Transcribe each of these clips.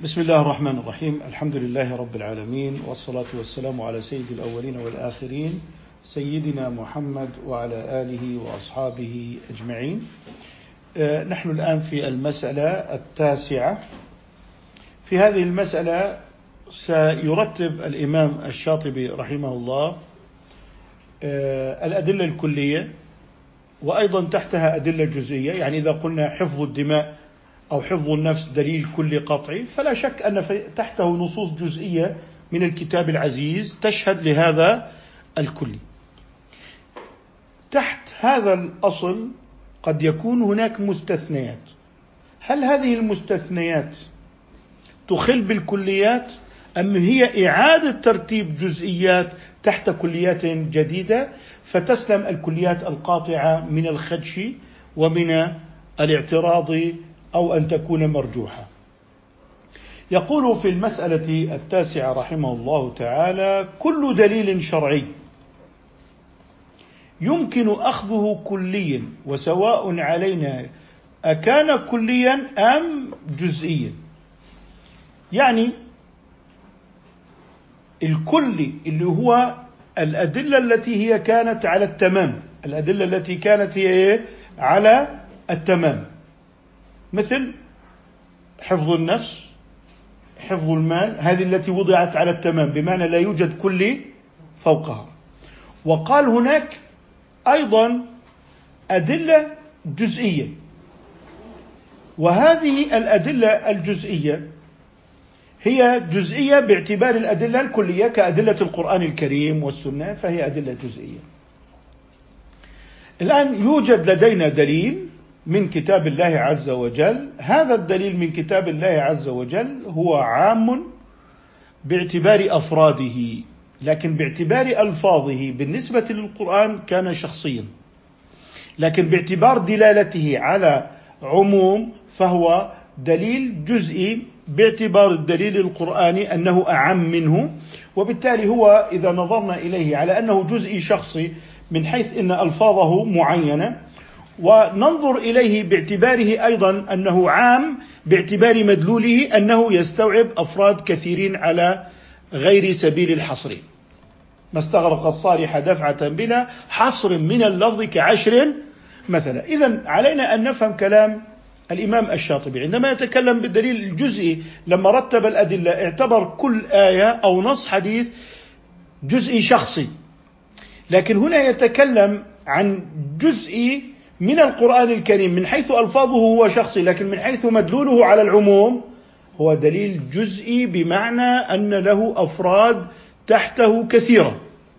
بسم الله الرحمن الرحيم. الحمد لله رب العالمين، والصلاة والسلام على سيد الأولين والآخرين سيدنا محمد وعلى آله وأصحابه أجمعين. نحن الآن في المسألة التاسعة. في هذه المسألة سيرتب الإمام الشاطبي رحمه الله الأدلة الكلية، وأيضا تحتها أدلة جزئية. يعني إذا قلنا حفظ الدماء أو حفظ النفس دليل كلي قطعي، فلا شك أن تحته نصوص جزئية من الكتاب العزيز تشهد لهذا الكلي. تحت هذا الأصل قد يكون هناك مستثنيات. هل هذه المستثنيات تخل بالكليات أم هي إعادة ترتيب جزئيات تحت كليات جديدة فتسلم الكليات القاطعة من الخدش ومن الاعتراض أو أن تكون مرجوحة؟ يقول في المسألة التاسعة رحمه الله تعالى: كل دليل شرعي يمكن أخذه كليا وسواء علينا أكان كليا أم جزئيا. يعني الكل اللي هو الأدلة التي هي كانت على التمام، الأدلة التي كانت هي على التمام، مثل حفظ النفس، حفظ المال، هذه التي وضعت على التمام بمعنى لا يوجد كلي فوقها. وقال هناك أيضا أدلة جزئية، وهذه الأدلة الجزئية هي جزئية باعتبار الأدلة الكلية كأدلة القرآن الكريم والسنة، فهي أدلة جزئية. الآن يوجد لدينا دليل من كتاب الله عز وجل. هذا الدليل من كتاب الله عز وجل هو عام باعتبار أفراده، لكن باعتبار ألفاظه بالنسبة للقرآن كان شخصيا، لكن باعتبار دلالته على عموم فهو دليل جزئي باعتبار الدليل القرآني أنه أعم منه. وبالتالي هو إذا نظرنا إليه على أنه جزئي شخصي من حيث أن ألفاظه معينة، وننظر إليه باعتباره أيضا أنه عام باعتبار مدلوله أنه يستوعب أفراد كثيرين على غير سبيل الحصر، ما استغرق الصالح دفعة بلا حصر من اللفظ كعشر مثلا. إذن علينا أن نفهم كلام الإمام الشاطبي عندما يتكلم بالدليل الجزئي. لما رتب الأدلة اعتبر كل آية أو نص حديث جزئي شخصي، لكن هنا يتكلم عن جزئي من القرآن الكريم من حيث ألفاظه هو شخصي، لكن من حيث مدلوله على العموم هو دليل جزئي بمعنى أن له أفراد تحته كثيرة.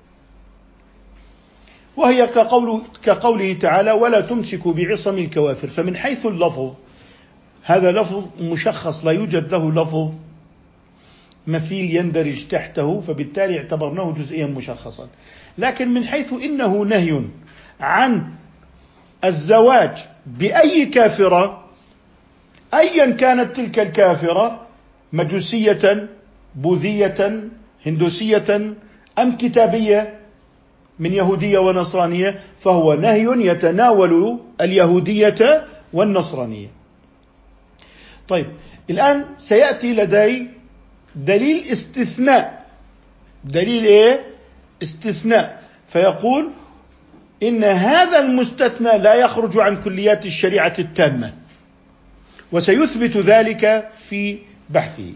وهي كقوله تعالى: ولا تمسكوا بعصم الكوافر. فمن حيث اللفظ هذا لفظ مشخص، لا يوجد له لفظ مثيل يندرج تحته، فبالتالي اعتبرناه جزئيا مشخصا. لكن من حيث إنه نهي عن الزواج بأي كافرة أيا كانت تلك الكافرة، مجوسية، بوذية، هندوسية أم كتابية من يهودية ونصرانية، فهو نهي يتناول اليهودية والنصرانية. طيب، الآن سيأتي لدي دليل استثناء. دليل إيه؟ استثناء. فيقول إن هذا المستثنى لا يخرج عن كليات الشريعة التامة، وسيثبت ذلك في بحثه.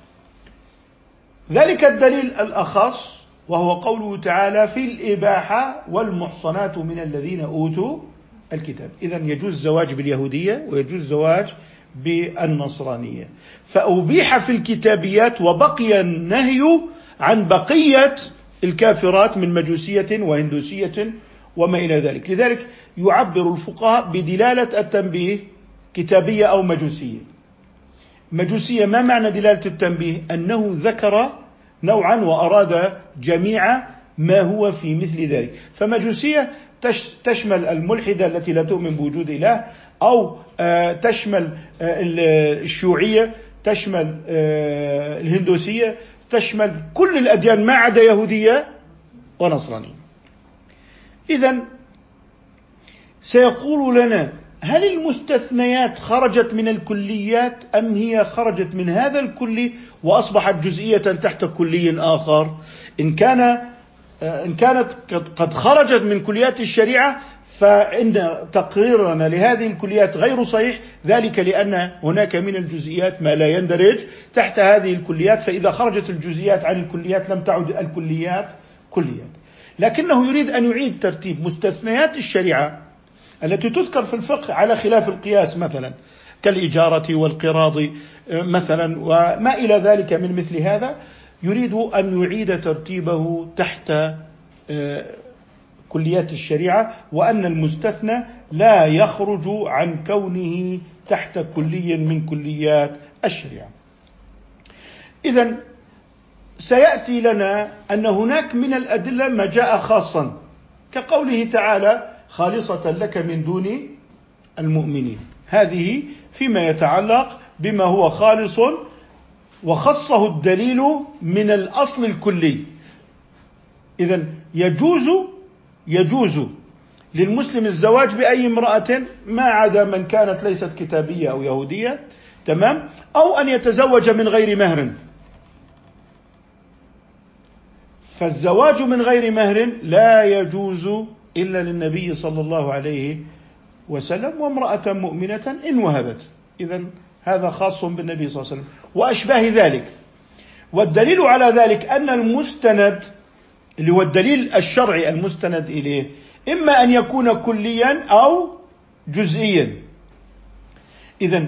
ذلك الدليل الأخص وهو قوله تعالى: في الإباحة والمحصنات من الذين أوتوا الكتاب. إذن يجوز الزواج باليهودية ويجوز الزواج بالنصرانية، فأبيح في الكتابيات وبقي النهي عن بقية الكافرات من مجوسية وهندوسية وما إلى ذلك. لذلك يعبر الفقهاء بدلالة التنبيه كتابية أو مجوسية. مجوسية، ما معنى دلالة التنبيه؟ أنه ذكر نوعا وأراد جميع ما هو في مثل ذلك. فمجوسية تشمل الملحدة التي لا تؤمن بوجود إله، أو تشمل الشيوعية، تشمل الهندوسية، تشمل كل الأديان ما عدا يهودية ونصرانية. إذن سيقول لنا هل المستثنيات خرجت من الكليات أم هي خرجت من هذا الكلي وأصبحت جزئية تحت كلي آخر؟ إن كانت قد خرجت من كليات الشريعة فإن تقريرنا لهذه الكليات غير صحيح، ذلك لأن هناك من الجزئيات ما لا يندرج تحت هذه الكليات، فإذا خرجت الجزئيات عن الكليات لم تعد الكليات كليات. لكنه يريد أن يعيد ترتيب مستثنيات الشريعة التي تذكر في الفقه على خلاف القياس، مثلا كالإجارة والقراض مثلا وما إلى ذلك من مثل هذا، يريد أن يعيد ترتيبه تحت كليات الشريعة، وأن المستثنى لا يخرج عن كونه تحت كلي من كليات الشريعة. إذن سيأتي لنا أن هناك من الأدلة ما جاء خاصا، كقوله تعالى خالصة لك من دون المؤمنين، هذه فيما يتعلق بما هو خالص وخصه الدليل من الأصل الكلي. إذن يجوز للمسلم الزواج بأي امرأة ما عدا من كانت ليست كتابية أو يهودية، تمام، أو أن يتزوج من غير مهر. فالزواج من غير مهر لا يجوز إلا للنبي صلى الله عليه وسلم وامرأة مؤمنة إن وهبت. إذن هذا خاص بالنبي صلى الله عليه وسلم وأشباه ذلك. والدليل على ذلك أن المستند اللي هو الدليل الشرعي المستند إليه إما أن يكون كليا أو جزئيا. إذن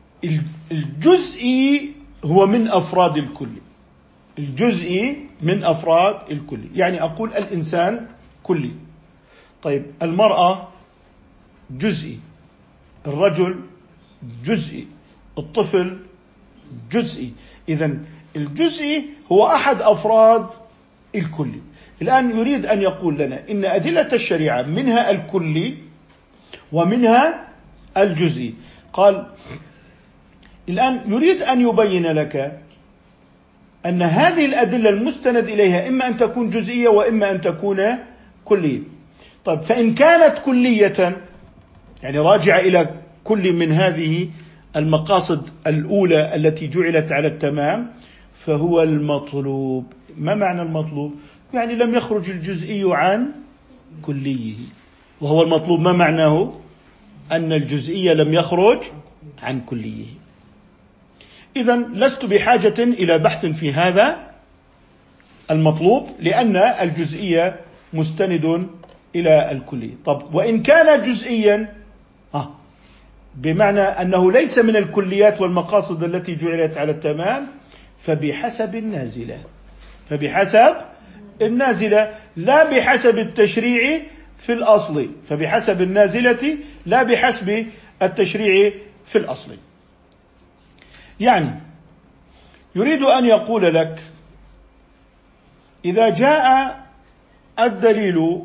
الجزئي هو من أفراد الكلي، الجزئي من أفراد الكلي، يعني أقول الإنسان كلي، طيب المرأة جزئي، الرجل جزئي، الطفل جزئي. إذن الجزئي هو أحد أفراد الكلي. الآن يريد أن يقول لنا إن أدلة الشريعة منها الكلي ومنها الجزئي. قال الآن يريد أن يبين لك أن هذه الأدلة المستند إليها إما أن تكون جزئية وإما أن تكون كلية. طيب فإن كانت كلية يعني راجعة إلى كل من هذه المقاصد الأولى التي جعلت على التمام فهو المطلوب. ما معنى المطلوب؟ يعني لم يخرج الجزئي عن كليه، وهو المطلوب ما معناه؟ أن الجزئي لم يخرج عن كليه. إذن لست بحاجة إلى بحث في هذا المطلوب لأن الجزئية مستند إلى الكلية. طب وإن كان جزئيا بمعنى أنه ليس من الكليات والمقاصد التي جعلت على التمام فبحسب النازلة، فبحسب النازلة لا بحسب التشريع في الأصل، فبحسب النازلة لا بحسب التشريع في الأصل. يعني يريد أن يقول لك إذا جاء الدليل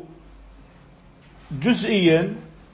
جزئيا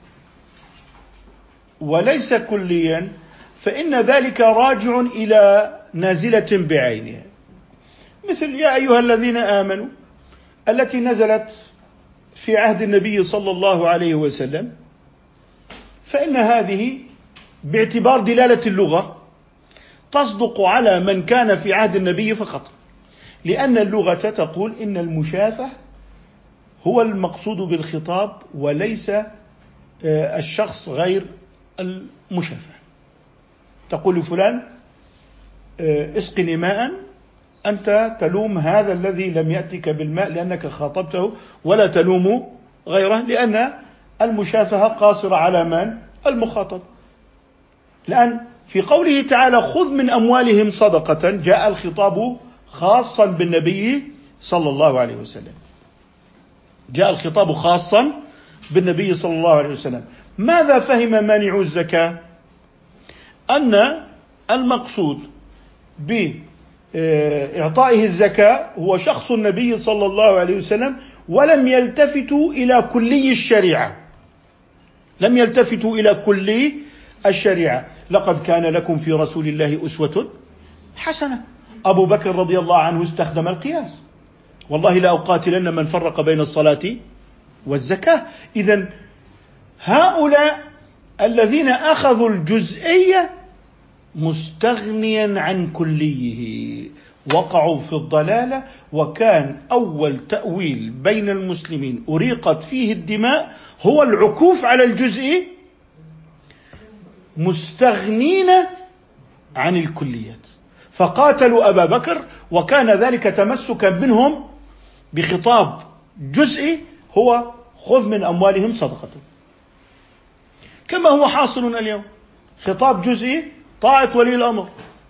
وليس كليا فإن ذلك راجع إلى نازلة بعينها، مثل يا أيها الذين آمنوا التي نزلت في عهد النبي صلى الله عليه وسلم، فإن هذه باعتبار دلالة اللغة تصدق على من كان في عهد النبي فقط، لأن اللغة تقول إن المشافة هو المقصود بالخطاب وليس الشخص غير المشافة. تقول لفلان اسقني ماء، أنت تلوم هذا الذي لم يأتك بالماء لأنك خاطبته، ولا تلوم غيره لأن المشافهة قاصرة على من؟ المخاطب. الآن في قوله تعالى خذ من أموالهم صدقة جاء الخطاب خاصا بالنبي صلى الله عليه وسلم، جاء الخطاب خاصا بالنبي صلى الله عليه وسلم. ماذا فهم مانع الزكاة؟ أن المقصود بإعطائه الزكاة هو شخص النبي صلى الله عليه وسلم، ولم يلتفتوا إلى كلي الشريعة، لم يلتفتوا إلى كلي الشريعة. لقد كان لكم في رسول الله أسوة حسنة. أبو بكر رضي الله عنه استخدم القياس، والله لا أقاتلن من فرق بين الصلاة والزكاة. إذن هؤلاء الذين أخذوا الجزئية مستغنيا عن كليه وقعوا في الضلالة. وكان أول تأويل بين المسلمين أريقت فيه الدماء هو العكوف على الجزئي مستغنين عن الكليات، فقاتلوا أبا بكر، وكان ذلك تمسكا منهم بخطاب جزئي هو خذ من أموالهم صدقة، كما هو حاصل اليوم. خطاب جزئي طاعة ولي الأمر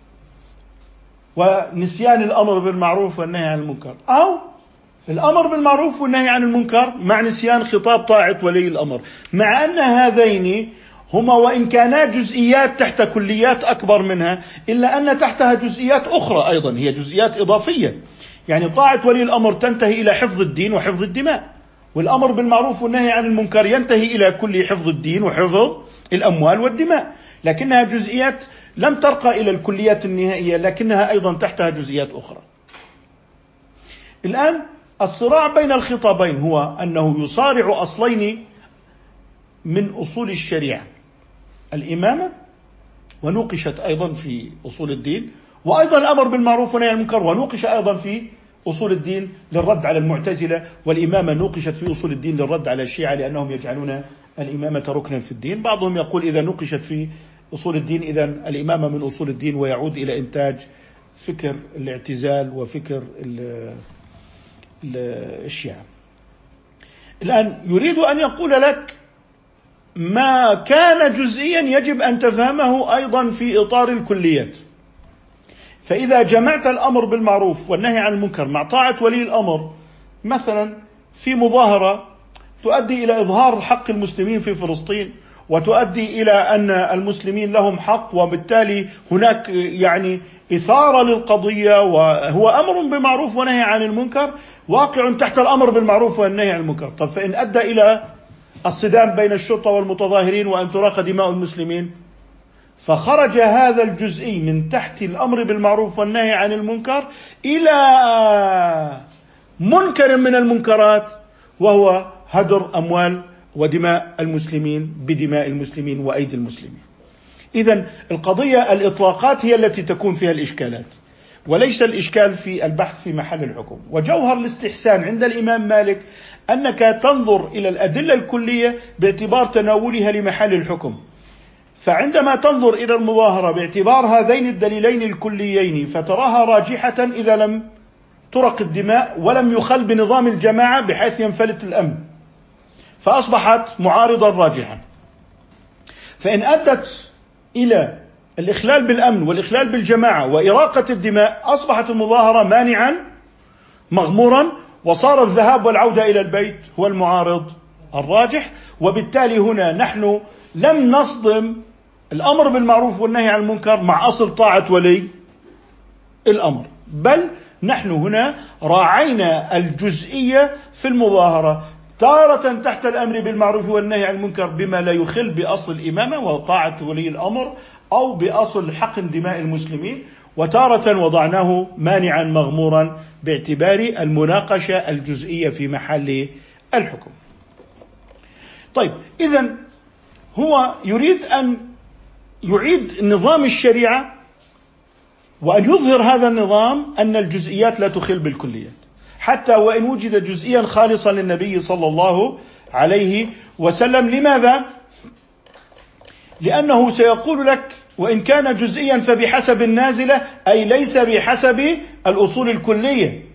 ونسيان الأمر بالمعروف والنهي عن المنكر، أو الأمر بالمعروف والنهي عن المنكر مع نسيان خطاب طاعة ولي الأمر، مع أن هذين هما وإن كانا جزئيات تحت كليات أكبر منها، إلا أن تحتها جزئيات أخرى أيضا هي جزئيات إضافية. يعني طاعة ولي الأمر تنتهي إلى حفظ الدين وحفظ الدماء، والأمر بالمعروف والنهي عن المنكر ينتهي إلى كل حفظ الدين وحفظ الأموال والدماء، لكنها جزئيات لم ترقى إلى الكليات النهائية، لكنها أيضا تحتها جزئيات أخرى. الآن الصراع بين الخطابين هو أنه يصارع أصلين من أصول الشريعة، الإمامة ونوقشت أيضا في أصول الدين، وأيضا الأمر بالمعروف والنهي عن المنكر ونوقش أيضا في أصول الدين للرد على المعتزلة، والإمامة نوقشت في أصول الدين للرد على الشيعة لأنهم يجعلون الإمامة ركنا في الدين. بعضهم يقول إذا نوقشت في أصول الدين إذا الإمامة من أصول الدين، ويعود إلى إنتاج فكر الاعتزال وفكر الشيعة. الآن يريد أن يقول لك ما كان جزئيا يجب أن تفهمه أيضا في إطار الكليات. فإذا جمعت الأمر بالمعروف والنهي عن المنكر مع طاعة ولي الأمر، مثلا في مظاهرة تؤدي إلى إظهار حق المسلمين في فلسطين، وتؤدي إلى أن المسلمين لهم حق، وبالتالي هناك يعني إثارة للقضية، وهو أمر بمعروف ونهي عن المنكر واقع تحت الأمر بالمعروف والنهي عن المنكر. طب فإن أدى إلى الصدام بين الشرطة والمتظاهرين وأن تراق دماء المسلمين، فخرج هذا الجزئي من تحت الأمر بالمعروف والنهي عن المنكر إلى منكر من المنكرات، وهو هدر أموال ودماء المسلمين بدماء المسلمين وأيدي المسلمين. إذن القضية الإطلاقات هي التي تكون فيها الإشكالات، وليس الإشكال في البحث في محل الحكم. وجوهر الاستحسان عند الإمام مالك أنك تنظر إلى الأدلة الكلية باعتبار تناولها لمحل الحكم. فعندما تنظر إلى المظاهرة باعتبار هذين الدليلين الكليين فتراها راجحة إذا لم ترق الدماء ولم يخل بنظام الجماعة بحيث ينفلت الأمن، فأصبحت معارضا راجحا. فإن أدت إلى الإخلال بالأمن والإخلال بالجماعة وإراقة الدماء، أصبحت المظاهرة مانعا مغمورا، وصار الذهاب والعودة إلى البيت هو المعارض الراجح. وبالتالي هنا نحن لم نصدم الأمر بالمعروف والنهي عن المنكر مع أصل طاعة ولي الأمر، بل نحن هنا راعينا الجزئية في المظاهرة، تارة تحت الأمر بالمعروف والنهي عن المنكر بما لا يخل بأصل الإمامة وطاعة ولي الأمر أو بأصل حقن دماء المسلمين، وتارة وضعناه مانعا مغمورا باعتبار المناقشة الجزئية في محل الحكم. طيب، إذن هو يريد أن يعيد نظام الشريعة وأن يظهر هذا النظام أن الجزئيات لا تخل بالكليات، حتى وإن وجد جزئيا خالصا للنبي صلى الله عليه وسلم. لماذا؟ لأنه سيقول لك وإن كان جزئيا فبحسب النازلة، أي ليس بحسب الأصول الكلية،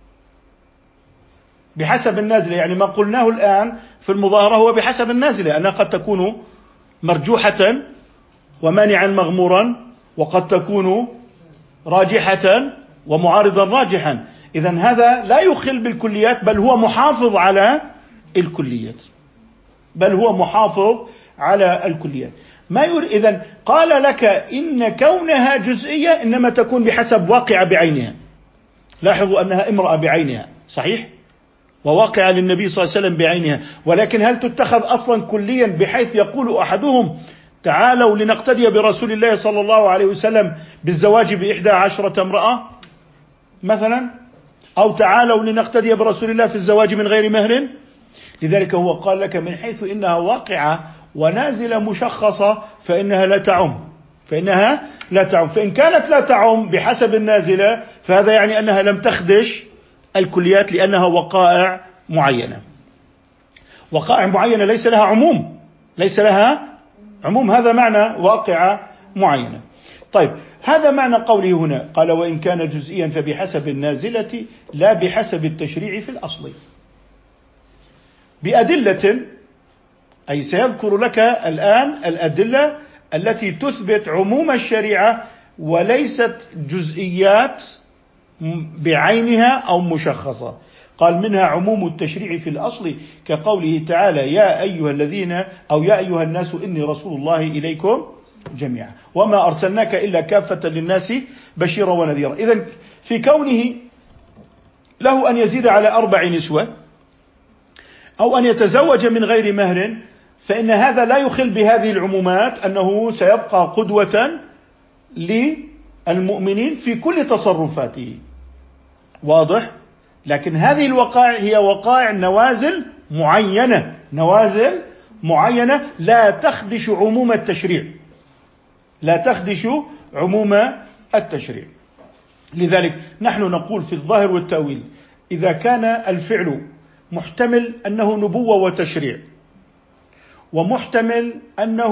بحسب النازلة. يعني ما قلناه الآن في المظاهرة هو بحسب النازلة، أنها قد تكون مرجوحة ومانعا مغمورا، وقد تكون راجحة ومعارضا راجحا. إذن هذا لا يخل بالكليات، بل هو محافظ على الكليات، بل هو محافظ على الكليات. ما إذن قال لك إن كونها جزئية إنما تكون بحسب واقعة بعينها. لاحظوا أنها امرأة بعينها، صحيح، وواقعة للنبي صلى الله عليه وسلم بعينها، ولكن هل تتخذ أصلا كليا بحيث يقول أحدهم تعالوا لنقتدي برسول الله صلى الله عليه وسلم بالزواج ب11 امرأة مثلا، أو تعالوا لنقتدي برسول الله في الزواج من غير مهر؟ لذلك هو قال لك من حيث إنها واقعة ونازلة مشخصة فإنها لا تعم، فإن كانت لا تعم بحسب النازلة فهذا يعني أنها لم تخدش الكليات، لأنها وقائع معينة. وقائع معينة ليس لها عموم، هذا معنى واقعة معينة. طيب، هذا معنى قوله هنا، قال وإن كان جزئيا فبحسب النازلة لا بحسب التشريع في الأصل، بأدلة، أي سيذكر لك الآن الأدلة التي تثبت عموم الشريعة وليست جزئيات بعينها أو مشخصة. قال منها عموم التشريع في الأصل كقوله تعالى يا أيها الذين أو يا أيها الناس إني رسول الله إليكم جميعا وما أرسلناك إلا كافة للناس بشيرا ونذيرا. إذن في كونه له أن يزيد على 4 نسوة أو أن يتزوج من غير مهر، فإن هذا لا يخل بهذه العمومات، أنه سيبقى قدوة للمؤمنين في كل تصرفاته. واضح؟ لكن هذه الوقائع هي وقائع نوازل معينة لا تخدش عموم التشريع. لذلك نحن نقول في الظاهر والتأويل إذا كان الفعل محتمل أنه نبوة وتشريع، ومحتمل أنه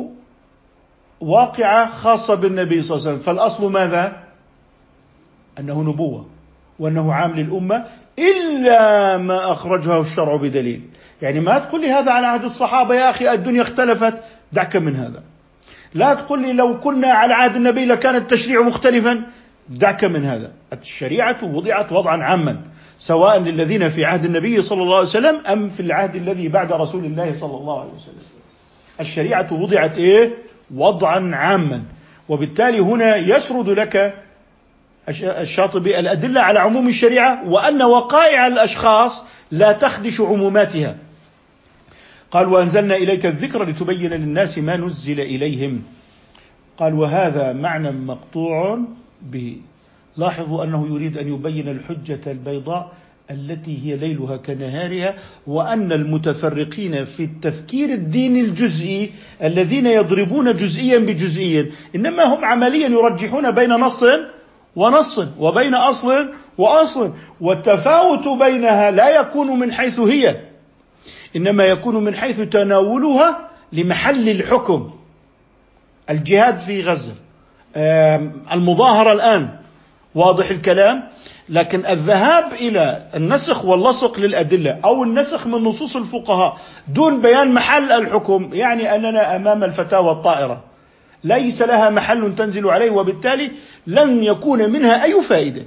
واقعة خاصة بالنبي صلى الله عليه وسلم، فالأصل ماذا؟ أنه نبوة وأنه عام للأمة إلا ما أخرجه الشرع بدليل. يعني ما تقول لي هذا على عهد الصحابة يا أخي الدنيا اختلفت، دعك من هذا. لا تقول لي لو كنا على عهد النبي لكان التشريع مختلفا، دعك من هذا. الشريعة وضعت وضعا عاما سواء للذين في عهد النبي صلى الله عليه وسلم أم في العهد الذي بعد رسول الله صلى الله عليه وسلم. الشريعة وضعت وضعا عاما. وبالتالي هنا يسرد لك الشاطبي الأدلة على عموم الشريعة وأن وقائع الأشخاص لا تخدش عموماتها. قال وأنزلنا إليك الذكر لتبين للناس ما نزل إليهم. قال وهذا معنى مقطوع به. لاحظوا أنه يريد أن يبين الحجة البيضاء التي هي ليلها كنهارها، وأن المتفرقين في التفكير الديني الجزئي الذين يضربون جزئيا بجزئيا إنما هم عمليا يرجحون بين نص ونص وبين أصل وأصل، والتفاوت بينها لا يكون من حيث هي، إنما يكون من حيث تناولها لمحل الحكم. الجهاد في غزة، المظاهرة الآن، واضح الكلام. لكن الذهاب إلى النسخ واللصق للأدلة أو النسخ من نصوص الفقهاء دون بيان محل الحكم يعني أننا أمام الفتاوى الطائرة ليس لها محل تنزل عليه، وبالتالي لن يكون منها أي فائدة.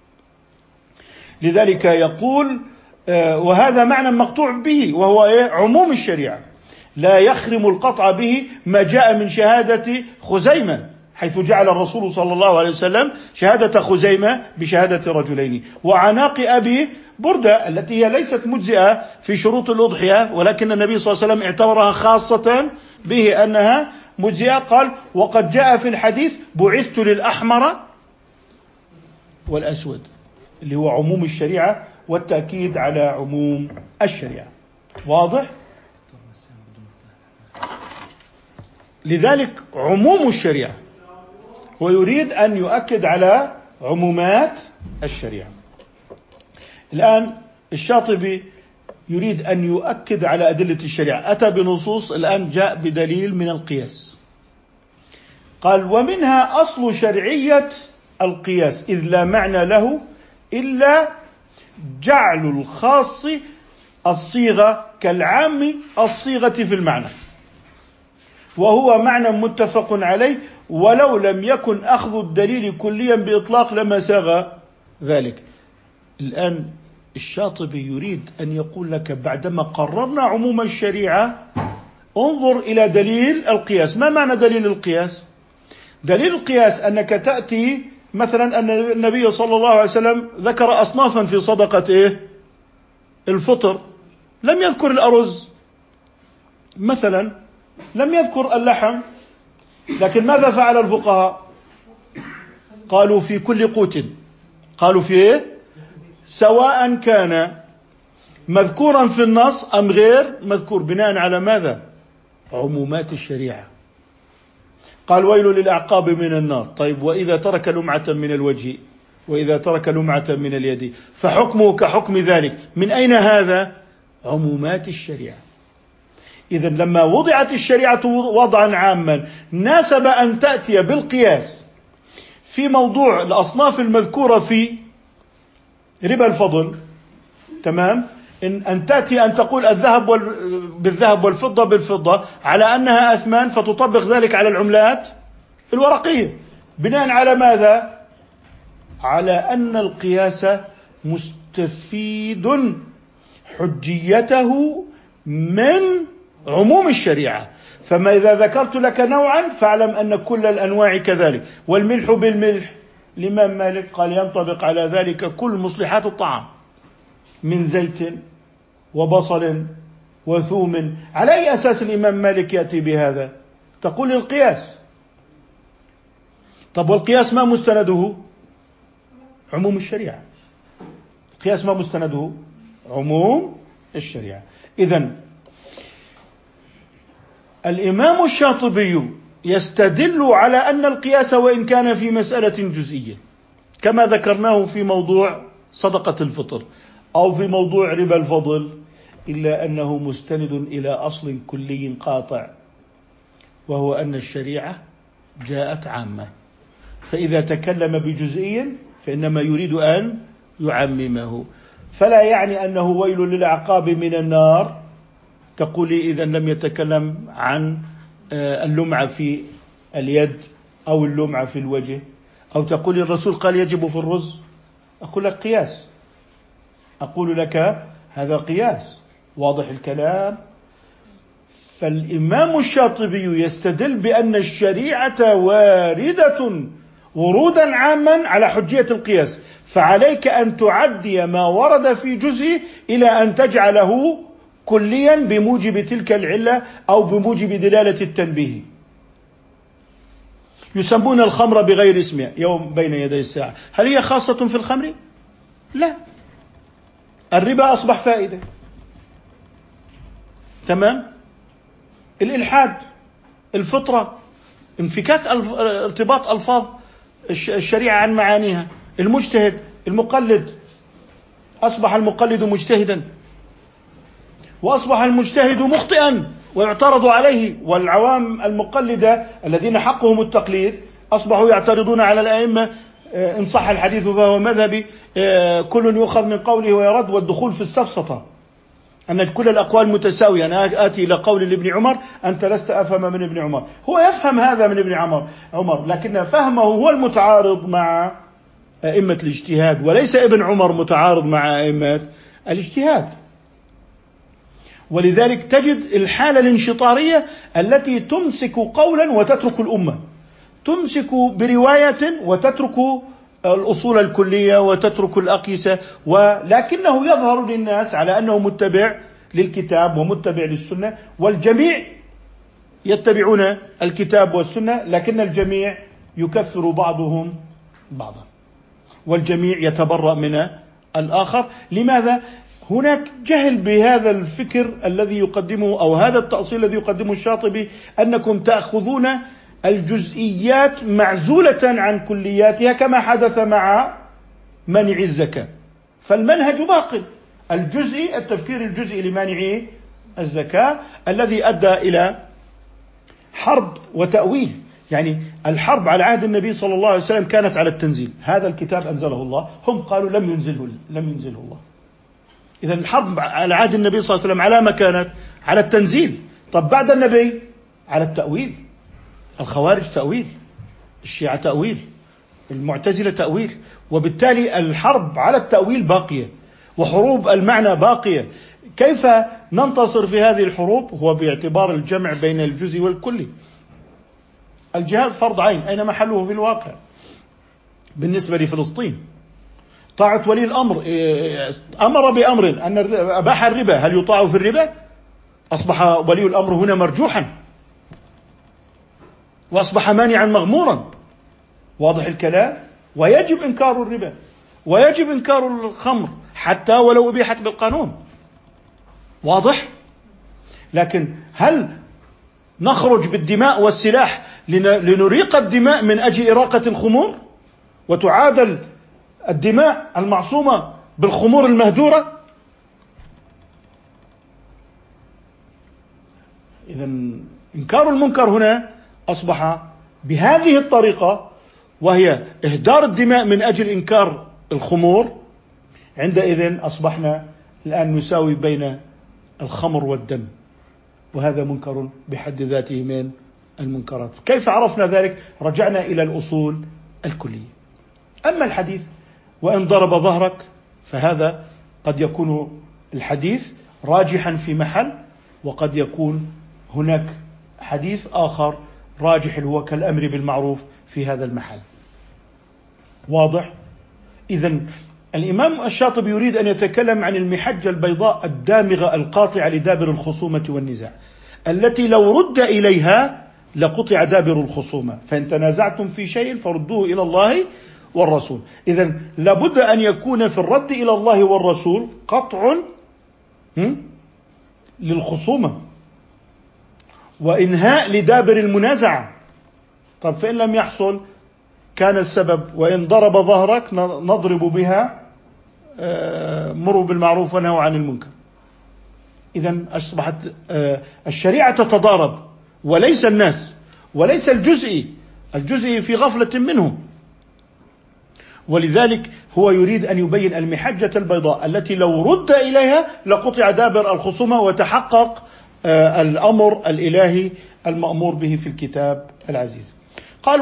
لذلك يقول وهذا معنى مقطوع به، وهو عموم الشريعة لا يخرم القطع به ما جاء من شهادة خزيمة، حيث جعل الرسول صلى الله عليه وسلم شهادة خزيمة بشهادة رجلين، وعناق أبي بردة التي هي ليست مجزئة في شروط الأضحية، ولكن النبي صلى الله عليه وسلم اعتبرها خاصة به أنها مجزئة. قال وقد جاء في الحديث بعثت للأحمر والأسود، اللي هو عموم الشريعة والتأكيد على عموم الشريعة. واضح؟ لذلك عموم الشريعة ويريد أن يؤكد على عمومات الشريعة. الآن الشاطبي يريد أن يؤكد على أدلة الشريعة، أتى بنصوص، الآن جاء بدليل من القياس. قال ومنها أصل شرعية القياس إذ لا معنى له إلا جعل الخاص الصيغة كالعام الصيغة في المعنى، وهو معنى متفق عليه ولو لم يكن أخذ الدليل كليا بإطلاق لما ساغ ذلك. الآن الشاطبي يريد أن يقول لك بعدما قررنا عموم الشريعة انظر إلى دليل القياس. ما معنى دليل القياس؟ دليل القياس أنك تأتي مثلا أن النبي صلى الله عليه وسلم ذكر أصنافا في صدقة الفطر، لم يذكر الأرز مثلا، لم يذكر اللحم، لكن ماذا فعل الفقهاء؟ قالوا في كل قوت، قالوا في سواء كان مذكورا في النص أم غير مذكور، بناء على ماذا؟ عمومات الشريعة. قال ويل للأعقاب من النار. طيب وإذا ترك لمعة من الوجه وإذا ترك لمعة من اليد فحكمه كحكم ذلك. من أين هذا؟ عمومات الشريعة. إذن لما وضعت الشريعة وضعا عاما ناسب أن تأتي بالقياس في موضوع الأصناف المذكورة في ربا الفضل. تمام؟ أن تأتي أن تقول الذهب بالذهب والفضة بالفضة على أنها أثمان، فتطبق ذلك على العملات الورقية. بناء على ماذا؟ على أن القياس مستفيد حجيته من عموم الشريعة. فما إذا ذكرت لك نوعا فاعلم أن كل الأنواع كذلك. والملح بالملح، الإمام مالك قال ينطبق على ذلك كل مصلحات الطعام من زيت وبصل وثوم. على أي أساس الإمام مالك يأتي بهذا؟ تقول القياس. طب والقياس ما مستنده؟ عموم الشريعة. القياس ما مستنده؟ عموم الشريعة. إذن الإمام الشاطبي يستدل على أن القياس وإن كان في مسألة جزئية كما ذكرناه في موضوع صدقة الفطر أو في موضوع ربا الفضل، إلا أنه مستند إلى أصل كلي قاطع، وهو أن الشريعة جاءت عامة، فإذا تكلم بجزئي فإنما يريد أن يعممه. فلا يعني أنه ويل للأعقاب من النار تقولي إذا لم يتكلم عن اللمعة في اليد أو اللمعة في الوجه، أو تقولي الرسول قال يجب في الرز. أقول لك قياس، أقول لك هذا قياس واضح الكلام. فالإمام الشاطبي يستدل بأن الشريعة واردة ورودا عاما على حجية القياس، فعليك أن تعدي ما ورد في جزء إلى أن تجعله كليا بموجب تلك العلة أو بموجب دلالة التنبيه. يسمون الخمر بغير اسمها يوم بين يدي الساعة، هل هي خاصة في الخمر؟ لا، الربا أصبح فائدة. تمام؟ الإلحاد، الفطرة، انفكاك ارتباط ألفاظ الشريعة عن معانيها، المجتهد، المقلد، أصبح المقلد مجتهدا وأصبح المجتهد مخطئا ويعترض عليه، والعوام المقلدة الذين حقهم التقليد أصبحوا يعترضون على الأئمة. إن صح الحديث فهو مذهبي، كل يؤخذ من قوله ويرد، والدخول في السفسطة أن كل الأقوال متساوية. أنا آتي إلى قول لابن عمر أنت لست أفهم من ابن عمر، هو يفهم هذا من ابن عمر، لكن فهمه هو المتعارض مع أئمة الاجتهاد، وليس ابن عمر متعارض مع أئمة الاجتهاد. ولذلك تجد الحالة الانشطارية التي تمسك قولا وتترك الأمة، تمسك برواية وتترك الأصول الكلية وتترك الأقيسة، ولكنه يظهر للناس على أنه متبع للكتاب ومتبع للسنة، والجميع يتبعون الكتاب والسنة، لكن الجميع يكفر بعضهم بعضا والجميع يتبرأ من الآخر. لماذا؟ هناك جهل بهذا الفكر الذي يقدمه أو هذا التأصيل الذي يقدمه الشاطبي، أنكم تأخذون الجزئيات معزولة عن كلياتها كما حدث مع منع الزكاة، فالمنهج باق. الجزئي، التفكير الجزئي لمانع الزكاة الذي أدى إلى حرب وتأويل. يعني الحرب على عهد النبي صلى الله عليه وسلم كانت على التنزيل، هذا الكتاب أنزله الله، هم قالوا لم ينزله الله. إذا الحرب على عهد النبي صلى الله عليه وسلم على ما كانت؟ على التنزيل. طب بعد النبي على التأويل، الخوارج تأويل، الشيعة تأويل، المعتزلة تأويل، وبالتالي الحرب على التأويل باقية وحروب المعنى باقية. كيف ننتصر في هذه الحروب؟ هو باعتبار الجمع بين الجزء والكلي. الجهاد فرض عين، أين محله في الواقع؟ بالنسبة لفلسطين طاعة ولي الأمر، أمر بأمر أن أباح الربا، هل يطاع في الربا؟ أصبح ولي الأمر هنا مرجوحا وأصبح مانعا مغمورا، واضح الكلام. ويجب إنكار الربا ويجب إنكار الخمر حتى ولو أبيحت بالقانون، واضح. لكن هل نخرج بالدماء والسلاح لنريق الدماء من أجل إراقة الخمور، وتعادل الدماء المعصومة بالخمور المهدورة؟ إذن إنكار المنكر هنا أصبح بهذه الطريقة، وهي إهدار الدماء من أجل إنكار الخمور. عندئذ أصبحنا الآن نساوي بين الخمر والدم، وهذا منكر بحد ذاته من المنكرات. كيف عرفنا ذلك؟ رجعنا إلى الأصول الكلية. أما الحديث وإن ضرب ظهرك، فهذا قد يكون الحديث راجحا في محل، وقد يكون هناك حديث آخر راجح هو كالأمر بالمعروف في هذا المحل. واضح؟ إذن الإمام الشاطبي يريد أن يتكلم عن المحجة البيضاء الدامغة القاطعة لدابر الخصومة والنزاع، التي لو رد إليها لقطع دابر الخصومة، فإن تنازعتم في شيء فردوه إلى الله والرسول. إذن لابد أن يكون في الرد إلى الله والرسول قطع للخصومة وإنهاء لدابر المنازعة. طب فإن لم يحصل كان السبب وإن ضرب ظهرك نضرب بها، مروا بالمعروف ونهوا عن المنكر. إذن أصبحت الشريعة تتضارب، وليس الناس، وليس الجزئي في غفلة منه. ولذلك هو يريد أن يبين المحجة البيضاء التي لو رد إليها لقطع دابر الخصومة وتحقق الأمر الإلهي المأمور به في الكتاب العزيز. قال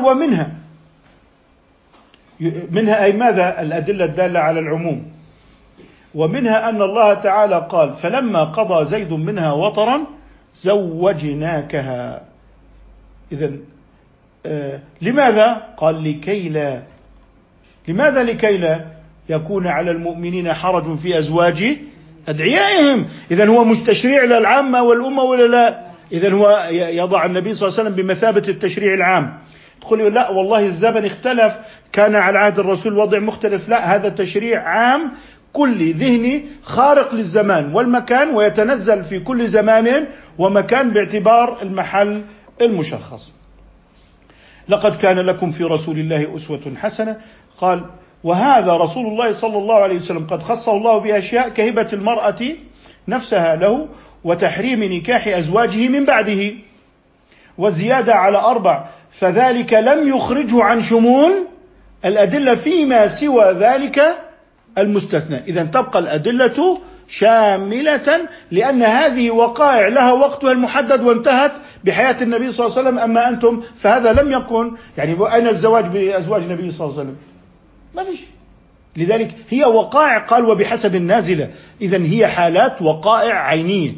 منها أي ماذا؟ الأدلة الدالة على العموم. ومنها أن الله تعالى قال فلما قضى زيد منها وطرا زوجناكها. إذن لماذا؟ قال لكي لا. لماذا لكي لا يكون على المؤمنين حرج في أزواج أدعيائهم؟ إذن هو مستشريع للعامة والأمة ولا لا؟ إذن هو يضع النبي صلى الله عليه وسلم بمثابة التشريع العام. تقول لا والله الزمن اختلف، كان على عهد الرسول وضع مختلف. لا، هذا تشريع عام كلي ذهني خارق للزمان والمكان، ويتنزل في كل زمان ومكان باعتبار المحل المشخص. لقد كان لكم في رسول الله أسوة حسنة. قال وهذا رسول الله صلى الله عليه وسلم قد خصه الله بأشياء كهبة المرأة نفسها له، وتحريم نكاح أزواجه من بعده، وزيادة على 4، فذلك لم يخرجه عن شمول الأدلة فيما سوى ذلك المستثنى. إذن تبقى الأدلة شاملة، لأن هذه وقائع لها وقتها المحدد وانتهت بحياة النبي صلى الله عليه وسلم. أما أنتم فهذا لم يكن، يعني أين الزواج بأزواج النبي صلى الله عليه وسلم؟ ما فيش. لذلك هي وقائع، قال وبحسب النازلة. إذن هي حالات وقائع عينية.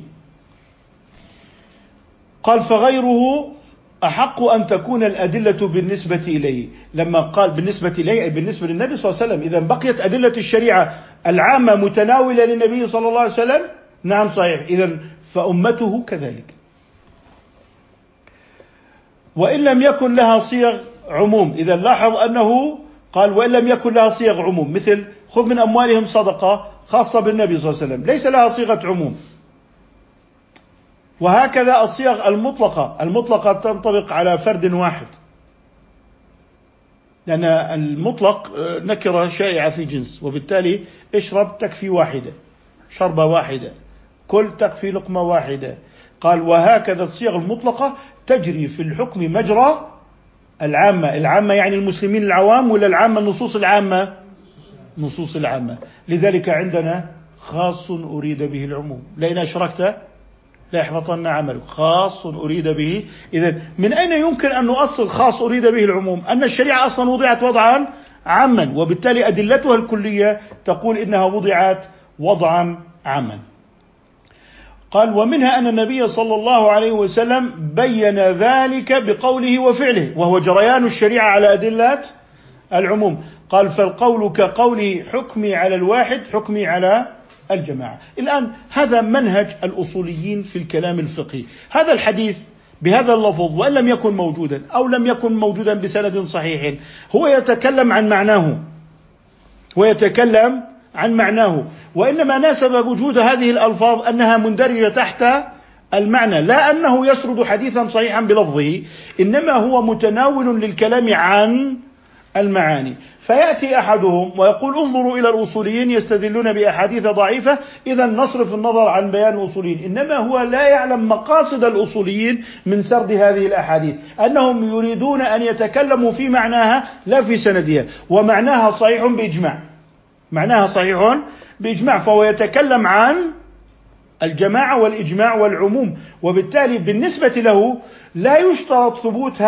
قال فغيره أحق أن تكون الأدلة بالنسبة إليه. لما قال بالنسبة إليه أي بالنسبة للنبي صلى الله عليه وسلم. إذن بقيت أدلة الشريعة العامة متناولة للنبي صلى الله عليه وسلم. نعم صحيح. إذن فأمته كذلك. وإن لم يكن لها صيغ عموم. إذن لاحظ أنه قال وإن لم يكن لها صيغ عموم، مثل خذ من أموالهم صدقة خاصة بالنبي صلى الله عليه وسلم، ليس لها صيغة عموم. وهكذا الصيغ المطلقة تنطبق على فرد واحد، لأن المطلق نكرة شائعة في جنس، وبالتالي اشرب تكفي واحدة، شربة واحدة، كل تكفي لقمة واحدة. قال وهكذا الصيغ المطلقة تجري في الحكم مجرى العامة يعني المسلمين العوام، ولا العامة النصوص العامة؟ نصوص العامة. لذلك عندنا خاص أريد به العموم، لئن أشركت لا يحبطن عملك، خاص أريد به. إذن من أين يمكن أن نؤصل خاص أريد به العموم؟ أن الشريعة أصلا وضعت وضعا عاما، وبالتالي أدلتها الكلية تقول إنها وضعت وضعا عاما. قال ومنها أن النبي صلى الله عليه وسلم بين ذلك بقوله وفعله، وهو جريان الشريعة على أدلة العموم. قال فالقول كقوله حكمي على الواحد حكمي على الجماعة. الآن هذا منهج الأصوليين في الكلام الفقهي. هذا الحديث بهذا اللفظ وإن لم يكن موجودا أو لم يكن موجودا بسند صحيح، هو يتكلم عن معناه، وإنما ناسب وجود هذه الألفاظ أنها مندرجة تحت المعنى، لا أنه يسرد حديثا صحيحا بلفظه، إنما هو متناول للكلام عن المعاني. فيأتي أحدهم ويقول انظروا إلى الأصوليين يستدلون بأحاديث ضعيفة، إذا نصرف النظر عن بيان الأصوليين، إنما هو لا يعلم مقاصد الأصوليين من سرد هذه الأحاديث، أنهم يريدون أن يتكلموا في معناها لا في سندها، ومعناها صحيح بإجماع، معناها صحيح بإجماع، فهو يتكلم عن الجماعة والإجماع والعموم، وبالتالي بالنسبة له لا يشترط ثبوت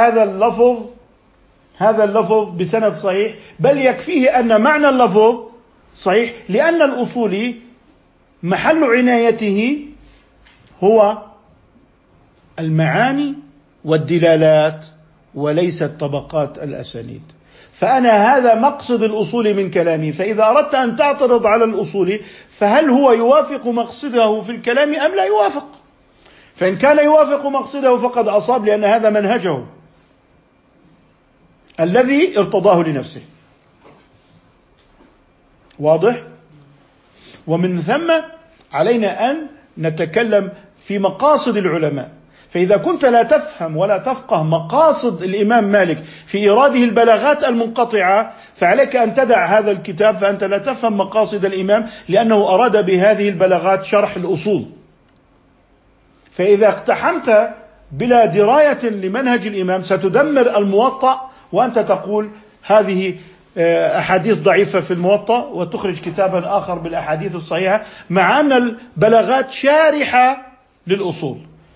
هذا اللفظ بسند صحيح، بل يكفيه أن معنى اللفظ صحيح، لأن الأصولي محل عنايته هو المعاني والدلالات وليست طبقات الأسانيد. فأنا هذا مقصد الأصول من كلامي، فإذا أردت أن تعترض على الأصول فهل هو يوافق مقصده في الكلام أم لا يوافق؟ فإن كان يوافق مقصده فقد أصاب، لأن هذا منهجه الذي ارتضاه لنفسه. واضح؟ ومن ثم علينا أن نتكلم في مقاصد العلماء. فإذا كنت لا تفهم ولا تفقه مقاصد الإمام مالك في إيراده البلاغات المنقطعة، فعليك أن تدع هذا الكتاب، فأنت لا تفهم مقاصد الإمام، لأنه أراد بهذه البلاغات شرح الأصول. فإذا اقتحمت بلا دراية لمنهج الإمام ستدمر الموطأ، وأنت تقول هذه أحاديث ضعيفة في الموطأ، وتخرج كتابا آخر بالأحاديث الصحيحة، مع أن البلاغات شارحة للأصول،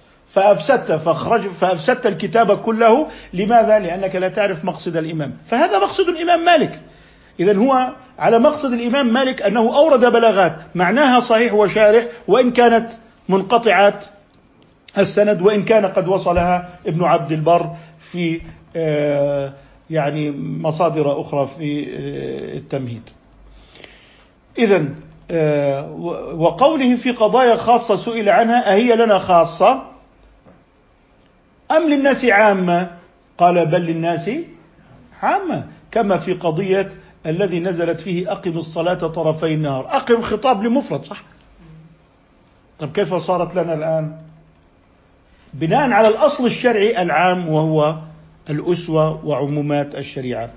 فأفسدت الكتاب كله. لماذا؟ لأنك لا تعرف مقصد الإمام. فهذا مقصد الإمام مالك. إذن هو على مقصد الإمام مالك أنه أورد بلاغات معناها صحيح وشارح، وإن كانت منقطعات السند، وإن كان قد وصلها ابن عبد البر في يعني مصادر أخرى في التمهيد. إذن وقوله في قضايا خاصة سئل عنها أهي لنا خاصة أم للناس عامة؟ قال بل للناس عامة، كما في قضية الذي نزلت فيه أقم الصلاة طرفي النهار. أقم خطاب لمفرد، صح؟ طب كيف صارت لنا الآن؟ بناء على الأصل الشرعي العام، وهو الأسوة وعمومات الشريعة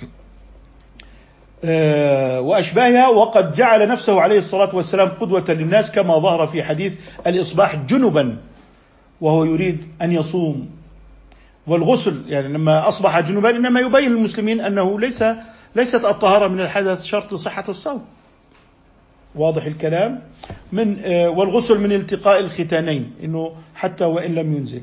وأشباهها. وقد جعل نفسه عليه الصلاة والسلام قدوة للناس، كما ظهر في حديث الإصباح جنبا، وهو يريد أن يصوم. والغسل يعني لما أصبح جنبا إنما يبين للمسلمين أنه ليست الطهارة من الحدث شرط صحة الصوم. واضح الكلام؟ والغسل من التقاء الختانين، إنه حتى وإن لم ينزل.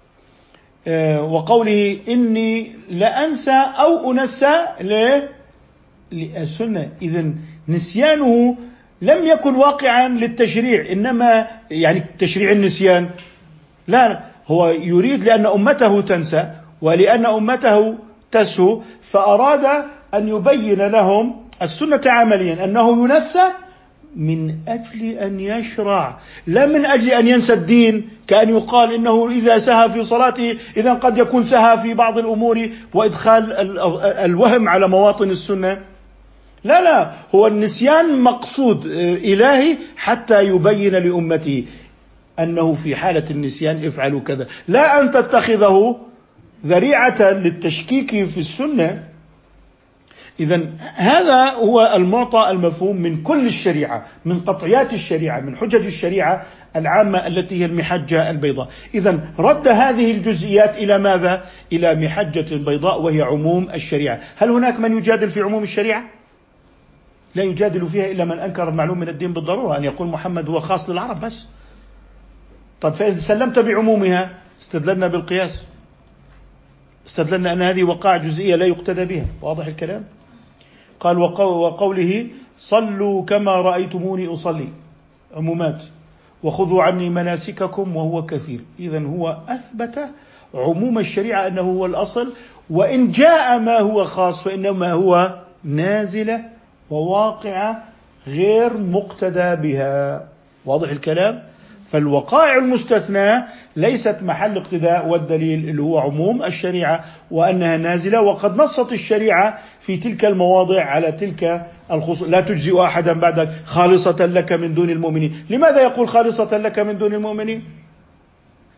وقوله إني لأنسى أو أنسى للسنة. إذن نسيانه لم يكن واقعا للتشريع، إنما يعني تشريع النسيان لا، هو يريد لأن أمته تنسى ولأن أمته تسهو، فأراد أن يبين لهم السنة عمليا أنه ينسى من أجل أن يشرع، لا من أجل أن ينسى الدين، كأن يقال إنه إذا سهى في صلاته إذا قد يكون سهى في بعض الأمور، وإدخال الوهم على مواطن السنة. لا، هو النسيان مقصود إلهي حتى يبين لأمته أنه في حالة النسيان افعلوا كذا، لا أن تتخذه ذريعة للتشكيك في السنة. إذن هذا هو المعطى المفهوم من كل الشريعة، من قطعيات الشريعة، من حجج الشريعة العامة التي هي المحجة البيضاء. إذن رد هذه الجزئيات إلى ماذا؟ إلى محجة بيضاء، وهي عموم الشريعة. هل هناك من يجادل في عموم الشريعة؟ لا يجادل فيها إلا من أنكر المعلوم من الدين بالضرورة، أن يقول محمد هو خاص للعرب بس. طب فإذا سلمت بعمومها استدللنا بالقياس، استدللنا أن هذه وقائع جزئية لا يقتدى بها. واضح الكلام؟ قال وقوله صلوا كما رأيتموني أصلي، عمومات، وخذوا عني مناسككم، وهو كثير. إذن هو أثبت عموم الشريعة أنه هو الأصل، وإن جاء ما هو خاص فإنما هو نازلة وواقعة غير مقتدى بها. واضح الكلام؟ فالوقائع المستثناة ليست محل اقتداء، والدليل اللي هو عموم الشريعة وأنها نازلة. وقد نصت الشريعة في تلك المواضع على تلك الخصوص، لا تجزئ أحدا بعدك خالصة لك من دون المؤمنين. لماذا يقول خالصة لك من دون المؤمنين؟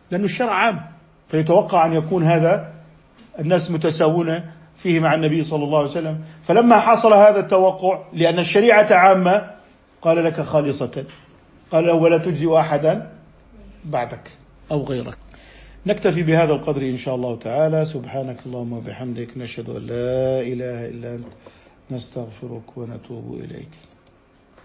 لأن الشرع عام، فيتوقع أن يكون هذا الناس متساوون فيه مع النبي صلى الله عليه وسلم. فلما حصل هذا التوقع لأن الشريعة عامة قال لك خالصة، قال له ولا تجزي أحدا بعدك أو غيرك. نكتفي بهذا القدر إن شاء الله تعالى. سبحانك اللهم وبحمدك، نشهد أن لا إله إلا أنت، نستغفرك ونتوب إليك.